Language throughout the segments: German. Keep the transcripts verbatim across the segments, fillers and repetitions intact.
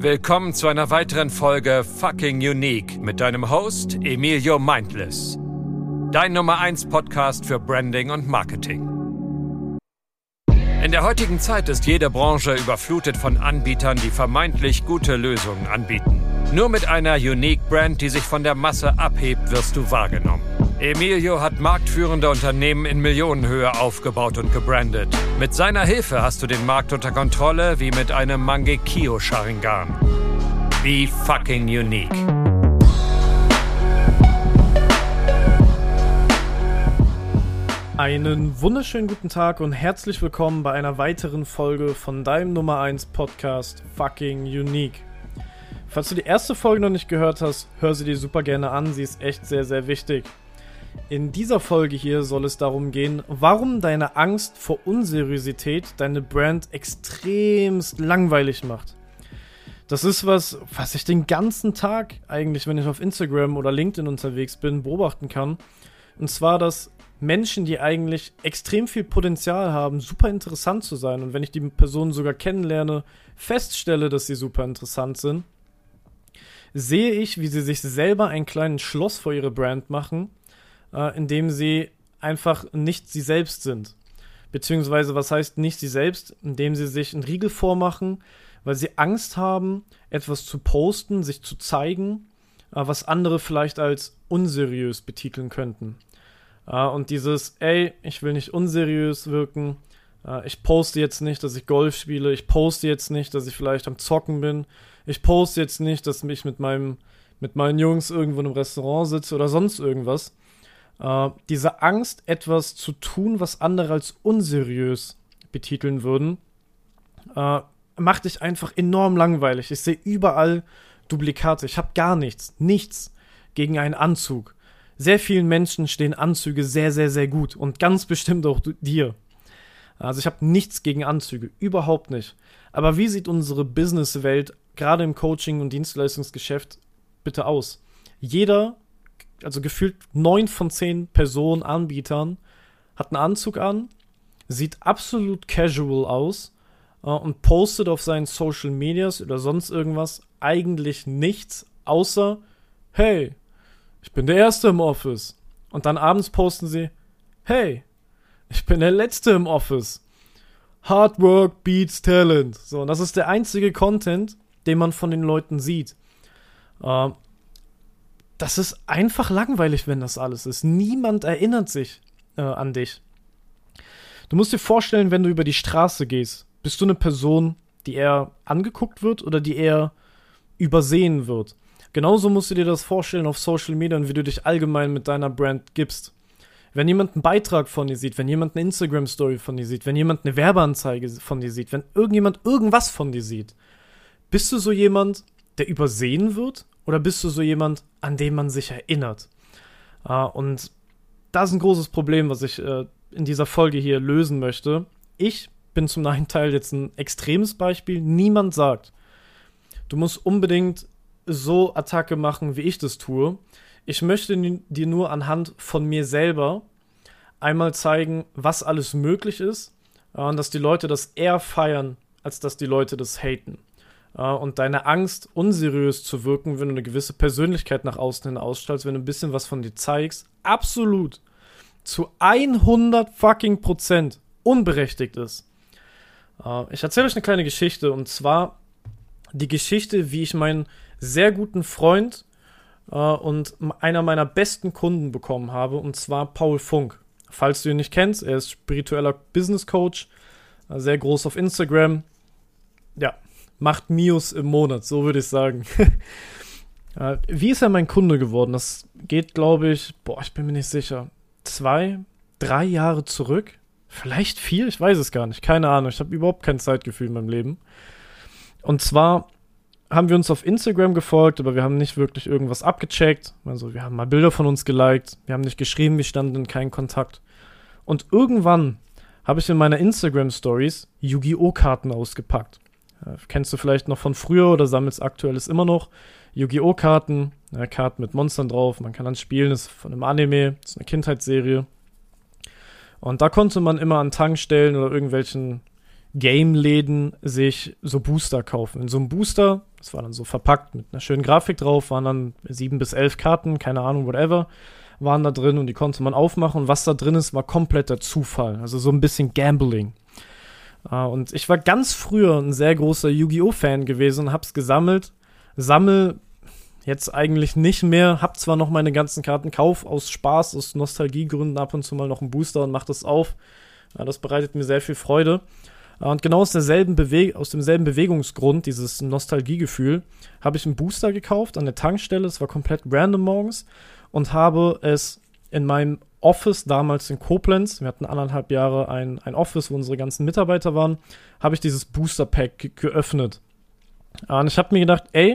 Willkommen zu einer weiteren Folge Fucking Unique mit deinem Host Emilio Mindless. Dein Nummer eins Podcast für Branding und Marketing. In der heutigen Zeit ist jede Branche überflutet von Anbietern, die vermeintlich gute Lösungen anbieten. Nur mit einer Unique Brand, die sich von der Masse abhebt, wirst du wahrgenommen. Emilio hat marktführende Unternehmen in Millionenhöhe aufgebaut und gebrandet. Mit seiner Hilfe hast du den Markt unter Kontrolle wie mit einem Mangekyo Sharingan. Be fucking unique. Einen wunderschönen guten Tag und herzlich willkommen bei einer weiteren Folge von deinem Nummer eins Podcast Fucking Unique. Falls du die erste Folge noch nicht gehört hast, hör sie dir super gerne an, sie ist echt sehr, sehr wichtig. In dieser Folge hier soll es darum gehen, warum deine Angst vor Unseriosität deine Brand extremst langweilig macht. Das ist was, was ich den ganzen Tag eigentlich, wenn ich auf Instagram oder LinkedIn unterwegs bin, beobachten kann. Und zwar, dass Menschen, die eigentlich extrem viel Potenzial haben, super interessant zu sein. Und wenn ich die Personen sogar kennenlerne, feststelle, dass sie super interessant sind, sehe ich, wie sie sich selber ein kleines Schloss vor ihre Brand machen, äh, indem sie einfach nicht sie selbst sind. Beziehungsweise, was heißt nicht sie selbst? Indem sie sich einen Riegel vormachen, weil sie Angst haben, etwas zu posten, sich zu zeigen, äh, was andere vielleicht als unseriös betiteln könnten. Uh, und dieses, ey, ich will nicht unseriös wirken, uh, ich poste jetzt nicht, dass ich Golf spiele, ich poste jetzt nicht, dass ich vielleicht am Zocken bin, ich poste jetzt nicht, dass ich mit meinem, mit meinen Jungs irgendwo in einem Restaurant sitze oder sonst irgendwas. Uh, diese Angst, etwas zu tun, was andere als unseriös betiteln würden, uh, macht dich einfach enorm langweilig. Ich sehe überall Duplikate, ich habe gar nichts, nichts gegen einen Anzug. Sehr vielen Menschen stehen Anzüge sehr, sehr, sehr gut und ganz bestimmt auch dir. Also ich habe nichts gegen Anzüge, überhaupt nicht. Aber wie sieht unsere Businesswelt gerade im Coaching- und Dienstleistungsgeschäft bitte aus? Jeder, also gefühlt neun von zehn Personen, Anbietern, hat einen Anzug an, sieht absolut casual aus äh, und postet auf seinen Social Medias oder sonst irgendwas eigentlich nichts, außer, hey, ich bin der Erste im Office. Und dann abends posten sie, hey, ich bin der Letzte im Office. Hard work beats talent. So, und das ist der einzige Content, den man von den Leuten sieht. Äh, das ist einfach langweilig, wenn das alles ist. Niemand erinnert sich äh, an dich. Du musst dir vorstellen, wenn du über die Straße gehst, bist du eine Person, die eher angeguckt wird oder die eher übersehen wird. Genauso musst du dir das vorstellen auf Social Media und wie du dich allgemein mit deiner Brand gibst. Wenn jemand einen Beitrag von dir sieht, wenn jemand eine Instagram-Story von dir sieht, wenn jemand eine Werbeanzeige von dir sieht, wenn irgendjemand irgendwas von dir sieht, bist du so jemand, der übersehen wird oder bist du so jemand, an den man sich erinnert? Uh, und das ist ein großes Problem, was ich uh, in dieser Folge hier lösen möchte. Ich bin zum einen Teil jetzt ein extremes Beispiel. Niemand sagt, du musst unbedingt so Attacke machen, wie ich das tue. Ich möchte dir nur anhand von mir selber einmal zeigen, was alles möglich ist und dass die Leute das eher feiern, als dass die Leute das haten. Und deine Angst, unseriös zu wirken, wenn du eine gewisse Persönlichkeit nach außen hin ausstrahlst, wenn du ein bisschen was von dir zeigst, absolut zu hundert fucking Prozent unberechtigt ist. Ich erzähle euch eine kleine Geschichte und zwar die Geschichte, wie ich meinen sehr guten Freund äh, und einer meiner besten Kunden bekommen habe, und zwar Paul Funk. Falls du ihn nicht kennst, er ist spiritueller Business Coach, äh, sehr groß auf Instagram. Ja, macht Mios im Monat, so würde ich sagen. äh, wie ist er mein Kunde geworden? Das geht, glaube ich, boah, ich bin mir nicht sicher, zwei, drei Jahre zurück? Vielleicht vier? Ich weiß es gar nicht, keine Ahnung. Ich habe überhaupt kein Zeitgefühl in meinem Leben. Und zwar haben wir uns auf Instagram gefolgt, aber wir haben nicht wirklich irgendwas abgecheckt. Also wir haben mal Bilder von uns geliked, wir haben nicht geschrieben, wir standen in keinem Kontakt. Und irgendwann habe ich in meiner Instagram-Stories Yu-Gi-Oh! Karten ausgepackt. Äh, kennst du vielleicht noch von früher oder sammelst aktuelles immer noch. Yu-Gi-Oh! Karten, äh, Karten mit Monstern drauf, man kann dann spielen, das ist von einem Anime, das ist eine Kindheitsserie. Und da konnte man immer an Tankstellen oder irgendwelchen Game-Läden sich so Booster kaufen. In so einem Booster, das war dann so verpackt mit einer schönen Grafik drauf, waren dann sieben bis elf Karten, keine Ahnung, whatever, waren da drin und die konnte man aufmachen. Und was da drin ist, war kompletter Zufall. Also so ein bisschen Gambling. Uh, und ich war ganz früher ein sehr großer Yu-Gi-Oh!-Fan gewesen und hab's gesammelt. Sammel jetzt eigentlich nicht mehr. Hab zwar noch meine ganzen Karten, kauf aus Spaß, aus Nostalgiegründen ab und zu mal noch einen Booster und mach das auf. Uh, das bereitet mir sehr viel Freude. Uh, und genau aus derselben Bewe- aus demselben Bewegungsgrund, dieses Nostalgiegefühl, habe ich einen Booster gekauft an der Tankstelle. Es war komplett random morgens und habe es in meinem Office, damals in Koblenz, wir hatten anderthalb Jahre ein, ein Office, wo unsere ganzen Mitarbeiter waren, habe ich dieses Booster-Pack ge- geöffnet. Und ich habe mir gedacht, ey,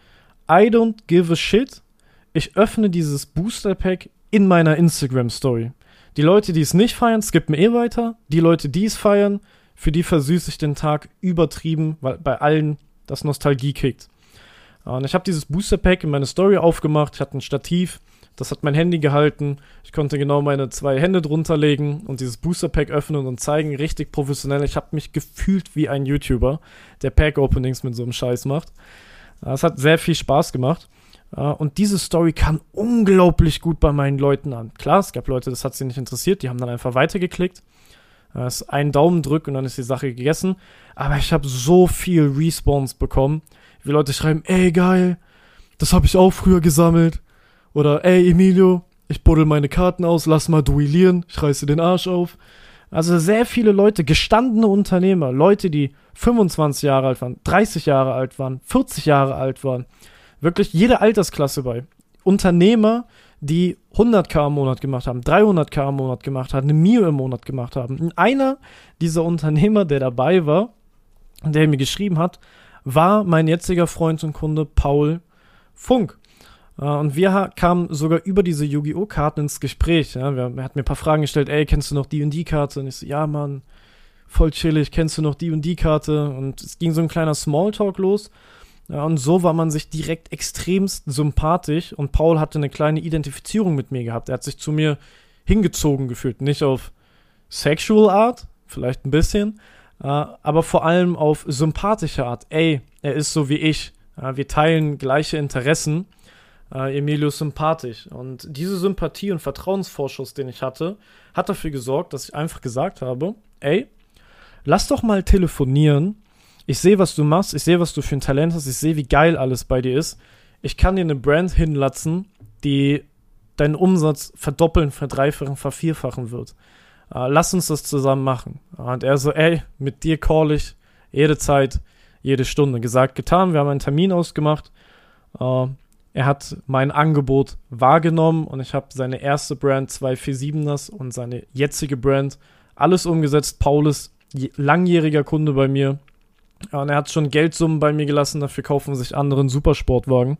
I don't give a shit. Ich öffne dieses Booster-Pack in meiner Instagram-Story. Die Leute, die es nicht feiern, skippen eh weiter. Die Leute, die es feiern, für die versüße ich den Tag übertrieben, weil bei allen das Nostalgie kickt. Und ich habe dieses Booster-Pack in meine Story aufgemacht, ich hatte ein Stativ, das hat mein Handy gehalten. Ich konnte genau meine zwei Hände drunter legen und dieses Booster-Pack öffnen und zeigen, richtig professionell. Ich habe mich gefühlt wie ein YouTuber, der Pack-Openings mit so einem Scheiß macht. Es hat sehr viel Spaß gemacht. Und diese Story kam unglaublich gut bei meinen Leuten an. Klar, es gab Leute, das hat sie nicht interessiert, die haben dann einfach weitergeklickt. Es ist ein Daumendrück und dann ist die Sache gegessen. Aber ich habe so viel Respawns bekommen, wie Leute schreiben, ey, geil, das habe ich auch früher gesammelt. Oder, ey, Emilio, ich buddel meine Karten aus, lass mal duellieren, ich reiße den Arsch auf. Also sehr viele Leute, gestandene Unternehmer, Leute, die fünfundzwanzig Jahre alt waren, dreißig Jahre alt waren, vierzig Jahre alt waren. Wirklich jede Altersklasse bei. Unternehmer, die hunderttausend im Monat gemacht haben, dreihunderttausend im Monat gemacht haben, eine Mio im Monat gemacht haben. Und einer dieser Unternehmer, der dabei war, der mir geschrieben hat, war mein jetziger Freund und Kunde Paul Funk. Und wir kamen sogar über diese Yu-Gi-Oh! Karten ins Gespräch. Ja. Er hat mir ein paar Fragen gestellt, ey, kennst du noch die und die Karte? Und ich so, ja, Mann, voll chillig, kennst du noch die und die Karte? Und es ging so ein kleiner Smalltalk los. Ja, und so war man sich direkt extremst sympathisch. Und Paul hatte eine kleine Identifizierung mit mir gehabt. Er hat sich zu mir hingezogen gefühlt. Nicht auf Sexual Art, vielleicht ein bisschen, aber vor allem auf sympathische Art. Ey, er ist so wie ich. Wir teilen gleiche Interessen. Uh, Emilio ist sympathisch. Und diese Sympathie und Vertrauensvorschuss, den ich hatte, hat dafür gesorgt, dass ich einfach gesagt habe, ey, lass doch mal telefonieren. Ich sehe, was du machst, ich sehe, was du für ein Talent hast, ich sehe, wie geil alles bei dir ist. Ich kann dir eine Brand hinlatzen, die deinen Umsatz verdoppeln, verdreifachen, vervierfachen wird. Uh, lass uns das zusammen machen. Uh, und er so, ey, mit dir call ich jede Zeit, jede Stunde. Gesagt, getan, wir haben einen Termin ausgemacht. Uh, Er hat mein Angebot wahrgenommen und ich habe seine erste Brand zwei vier siebeners und seine jetzige Brand alles umgesetzt. Paul ist langjähriger Kunde bei mir und er hat schon Geldsummen bei mir gelassen, dafür kaufen sich andere einen Supersportwagen.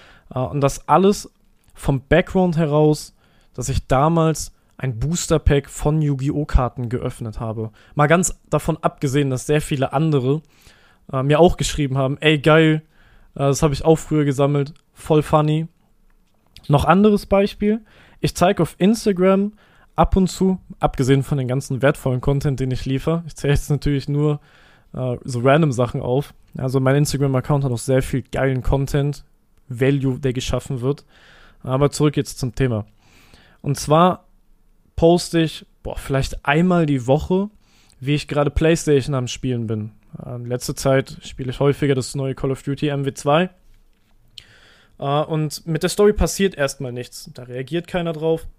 Und das alles vom Background heraus, dass ich damals ein Booster-Pack von Yu-Gi-Oh! Karten geöffnet habe. Mal ganz davon abgesehen, dass sehr viele andere äh, mir auch geschrieben haben, ey geil, das habe ich auch früher gesammelt. Voll funny. Noch anderes Beispiel. Ich zeige auf Instagram ab und zu, abgesehen von den ganzen wertvollen Content, den ich liefere, ich zähle jetzt natürlich nur äh, so random Sachen auf. Also mein Instagram-Account hat auch sehr viel geilen Content, Value, der geschaffen wird. Aber zurück jetzt zum Thema. Und zwar poste ich, boah, vielleicht einmal die Woche, wie ich gerade PlayStation am Spielen bin. In letzter Zeit spiele ich häufiger das neue Call of Duty M W zwei. Uh, und mit der Story passiert erstmal nichts. Da reagiert keiner drauf.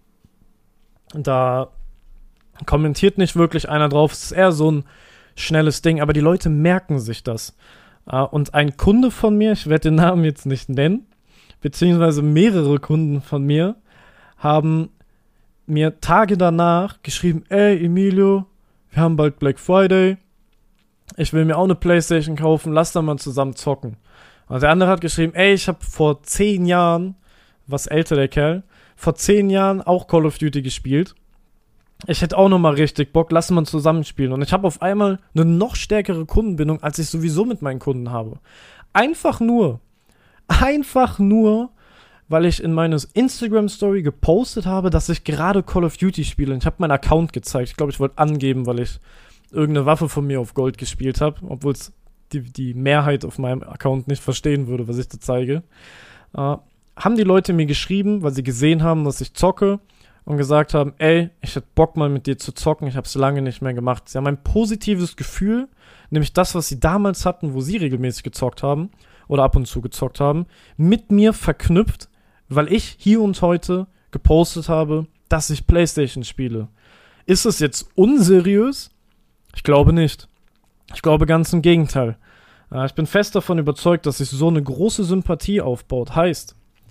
Da kommentiert nicht wirklich einer drauf. Es ist eher so ein schnelles Ding, aber die Leute merken sich das. Uh, und ein Kunde von mir, ich werde den Namen jetzt nicht nennen, beziehungsweise mehrere Kunden von mir, haben mir Tage danach geschrieben, ey Emilio, wir haben bald Black Friday, ich will mir auch eine Playstation kaufen, lass da mal zusammen zocken. Und der andere hat geschrieben, ey, ich habe vor zehn Jahren, was älter der Kerl, vor zehn Jahren auch Call of Duty gespielt. Ich hätte auch nochmal richtig Bock, lass mal zusammenspielen. Und ich habe auf einmal eine noch stärkere Kundenbindung, als ich sowieso mit meinen Kunden habe. Einfach nur, einfach nur, weil ich in meiner Instagram-Story gepostet habe, dass ich gerade Call of Duty spiele. Und ich habe meinen Account gezeigt. Ich glaube, ich wollte angeben, weil ich irgendeine Waffe von mir auf Gold gespielt habe, obwohl es die, die Mehrheit auf meinem Account nicht verstehen würde, was ich da zeige, äh, haben die Leute mir geschrieben, weil sie gesehen haben, dass ich zocke und gesagt haben, ey, ich hätte Bock mal mit dir zu zocken, ich habe es lange nicht mehr gemacht. Sie haben ein positives Gefühl, nämlich das, was sie damals hatten, wo sie regelmäßig gezockt haben oder ab und zu gezockt haben, mit mir verknüpft, weil ich hier und heute gepostet habe, dass ich PlayStation spiele. Ist es jetzt unseriös? Ich glaube nicht. Ich glaube ganz im Gegenteil. Ich bin fest davon überzeugt, dass sich so eine große Sympathie aufbaut. Heißt,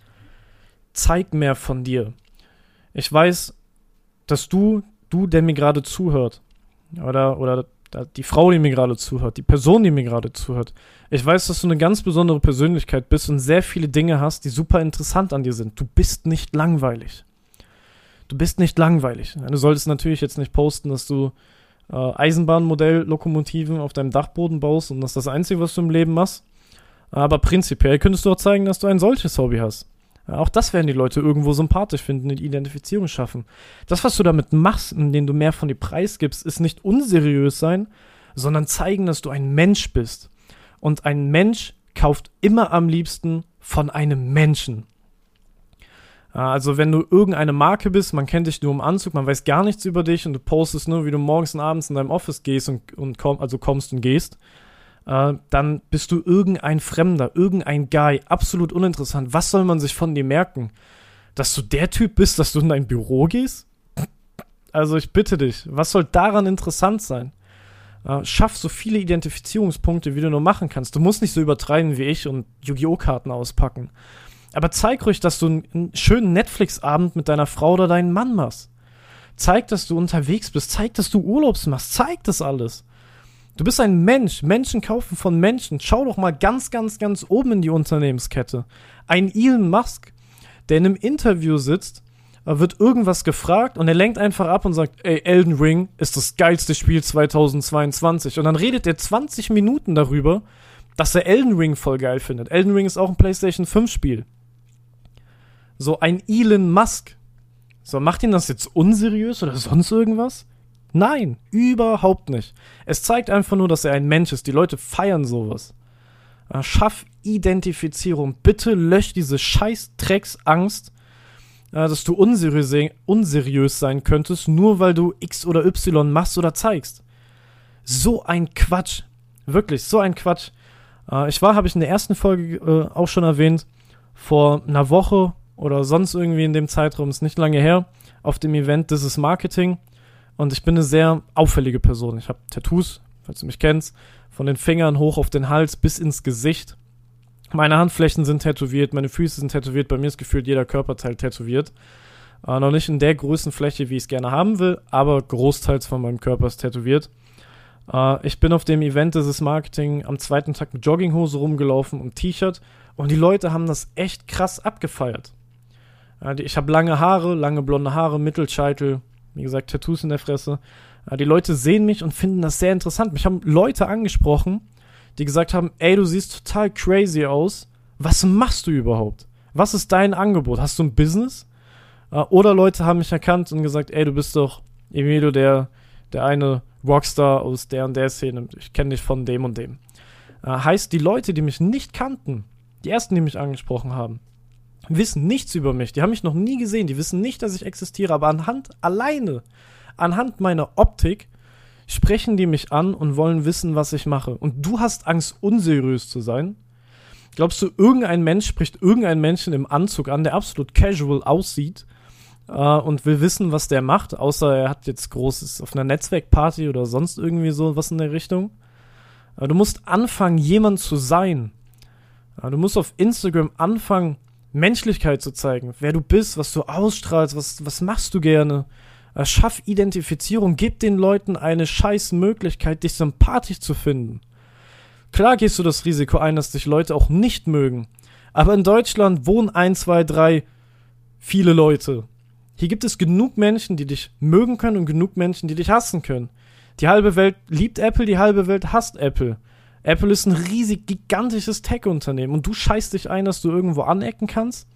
zeig mehr von dir. Ich weiß, dass du, du, der mir gerade zuhört, oder, oder die Frau, die mir gerade zuhört, die Person, die mir gerade zuhört, ich weiß, dass du eine ganz besondere Persönlichkeit bist und sehr viele Dinge hast, die super interessant an dir sind. Du bist nicht langweilig. Du bist nicht langweilig. Du solltest natürlich jetzt nicht posten, dass du äh, Eisenbahnmodell-Lokomotiven auf deinem Dachboden baust und das ist das Einzige, was du im Leben machst. Aber prinzipiell könntest du auch zeigen, dass du ein solches Hobby hast. Ja, auch das werden die Leute irgendwo sympathisch finden, eine Identifizierung schaffen. Das, was du damit machst, indem du mehr von dir preisgibst, ist nicht unseriös sein, sondern zeigen, dass du ein Mensch bist. Und ein Mensch kauft immer am liebsten von einem Menschen. Also wenn du irgendeine Marke bist, man kennt dich nur im Anzug, man weiß gar nichts über dich und du postest nur, wie du morgens und abends in deinem Office gehst und, und komm, also kommst und gehst, äh, dann bist du irgendein Fremder, irgendein Guy, absolut uninteressant. Was soll man sich von dir merken? Dass du der Typ bist, dass du in dein Büro gehst? Also ich bitte dich, was soll daran interessant sein? Äh, schaff so viele Identifizierungspunkte, wie du nur machen kannst. Du musst nicht so übertreiben wie ich und Yu-Gi-Oh! Karten auspacken. Aber zeig ruhig, dass du einen, einen schönen Netflix-Abend mit deiner Frau oder deinem Mann machst. Zeig, dass du unterwegs bist. Zeig, dass du Urlaubs machst. Zeig das alles. Du bist ein Mensch. Menschen kaufen von Menschen. Schau doch mal ganz, ganz, ganz oben in die Unternehmenskette. Ein Elon Musk, der in einem Interview sitzt, wird irgendwas gefragt und er lenkt einfach ab und sagt, ey, Elden Ring ist das geilste Spiel zweitausendzweiundzwanzig. Und dann redet er zwanzig Minuten darüber, dass er Elden Ring voll geil findet. Elden Ring ist auch ein PlayStation fünf Spiel. So ein Elon Musk. So, macht ihn das jetzt unseriös oder sonst irgendwas? Nein, überhaupt nicht. Es zeigt einfach nur, dass er ein Mensch ist. Die Leute feiern sowas. Schaff Identifizierung. Bitte lösch diese scheiß Drecksangst, dass du unseriös, unseriös sein könntest, nur weil du X oder Y machst oder zeigst. So ein Quatsch. Wirklich, so ein Quatsch. Ich war, habe ich in der ersten Folge äh, auch schon erwähnt, vor einer Woche oder sonst irgendwie in dem Zeitraum, ist nicht lange her, auf dem Event This is Marketing. Und ich bin eine sehr auffällige Person. Ich habe Tattoos, falls du mich kennst, von den Fingern hoch auf den Hals bis ins Gesicht. Meine Handflächen sind tätowiert, meine Füße sind tätowiert, bei mir ist gefühlt jeder Körperteil tätowiert. Äh, noch nicht in der Größenfläche, wie ich es gerne haben will, aber großteils von meinem Körper ist tätowiert. Uh, ich bin auf dem Event dieses Marketing am zweiten Tag mit Jogginghose rumgelaufen und T-Shirt und die Leute haben das echt krass abgefeiert. Uh, die, ich habe lange Haare, lange blonde Haare, Mittelscheitel, wie gesagt, Tattoos in der Fresse. Uh, die Leute sehen mich und finden das sehr interessant. Mich haben Leute angesprochen, die gesagt haben, ey, du siehst total crazy aus. Was machst du überhaupt? Was ist dein Angebot? Hast du ein Business? Uh, oder Leute haben mich erkannt und gesagt, ey, du bist doch Emilio, der, der eine Rockstar aus der und der Szene, ich kenne dich von dem und dem. Äh, heißt, die Leute, die mich nicht kannten, die ersten, die mich angesprochen haben, wissen nichts über mich, die haben mich noch nie gesehen, die wissen nicht, dass ich existiere, aber anhand, alleine, anhand meiner Optik, sprechen die mich an und wollen wissen, was ich mache. Und du hast Angst, unseriös zu sein? Glaubst du, irgendein Mensch spricht irgendein Menschen im Anzug an, der absolut casual aussieht, Uh, und will wissen, was der macht, außer er hat jetzt Großes auf einer Netzwerkparty oder sonst irgendwie so was in der Richtung. Uh, du musst anfangen, jemand zu sein. Uh, du musst auf Instagram anfangen, Menschlichkeit zu zeigen, wer du bist, was du ausstrahlst, was, was machst du gerne. Uh, schaff Identifizierung, gib den Leuten eine scheiß Möglichkeit, dich sympathisch zu finden. Klar gehst du das Risiko ein, dass dich Leute auch nicht mögen, aber in Deutschland wohnen ein, zwei, drei viele Leute. Hier gibt es genug Menschen, die dich mögen können und genug Menschen, die dich hassen können. Die halbe Welt liebt Apple, die halbe Welt hasst Apple. Apple ist ein riesig, gigantisches Tech-Unternehmen und du scheißt dich ein, dass du irgendwo anecken kannst?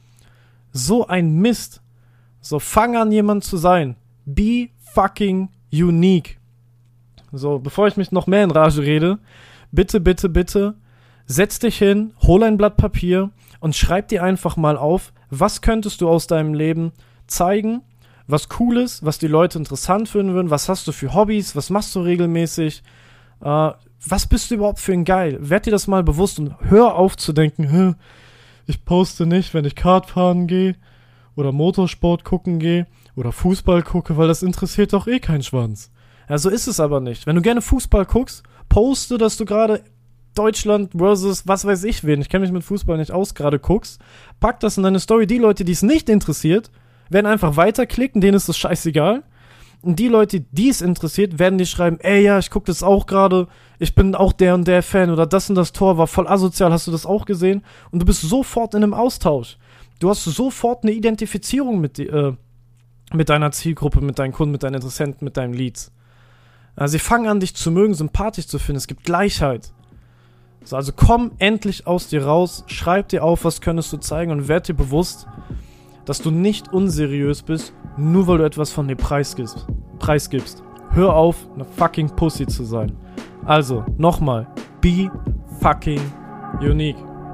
So ein Mist. So, fang an, jemand zu sein. Be fucking unique. So, bevor ich mich noch mehr in Rage rede, bitte, bitte, bitte, setz dich hin, hol ein Blatt Papier und schreib dir einfach mal auf, was könntest du aus deinem Leben zeigen, was cool ist, was die Leute interessant finden würden, was hast du für Hobbys, was machst du regelmäßig, äh, was bist du überhaupt für ein Geil? Werd dir das mal bewusst und hör auf zu denken, ich poste nicht, wenn ich Kart fahren gehe oder Motorsport gucken gehe oder Fußball gucke, weil das interessiert doch eh keinen Schwanz. Ja, so ist es aber nicht. Wenn du gerne Fußball guckst, poste, dass du gerade Deutschland versus was weiß ich wen, ich kenne mich mit Fußball nicht aus, gerade guckst, pack das in deine Story. Die Leute, die es nicht interessiert, werden einfach weiterklicken, denen ist das scheißegal. Und die Leute, die es interessiert, werden dir schreiben, ey, ja, ich guck das auch gerade, ich bin auch der und der Fan oder das und das Tor war voll asozial, hast du das auch gesehen? Und du bist sofort in einem Austausch. Du hast sofort eine Identifizierung mit, äh, mit deiner Zielgruppe, mit deinen Kunden, mit deinen Interessenten, mit deinen Leads. Also sie fangen an, dich zu mögen, sympathisch zu finden. Es gibt Gleichheit. So, also komm endlich aus dir raus, schreib dir auf, was könntest du zeigen und werd dir bewusst, dass du nicht unseriös bist, nur weil du etwas von dir preisgibst. preisgibst. Hör auf, eine fucking Pussy zu sein. Also, nochmal, be fucking unique.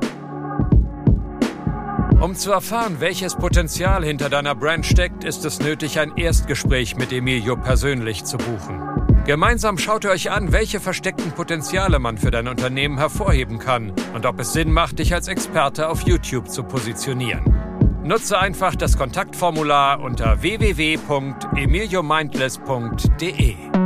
Um zu erfahren, welches Potenzial hinter deiner Brand steckt, ist es nötig, ein Erstgespräch mit Emilio persönlich zu buchen. Gemeinsam schaut ihr euch an, welche versteckten Potenziale man für dein Unternehmen hervorheben kann und ob es Sinn macht, dich als Experte auf YouTube zu positionieren. Nutze einfach das Kontaktformular unter w w w punkt emilio mindless punkt d e.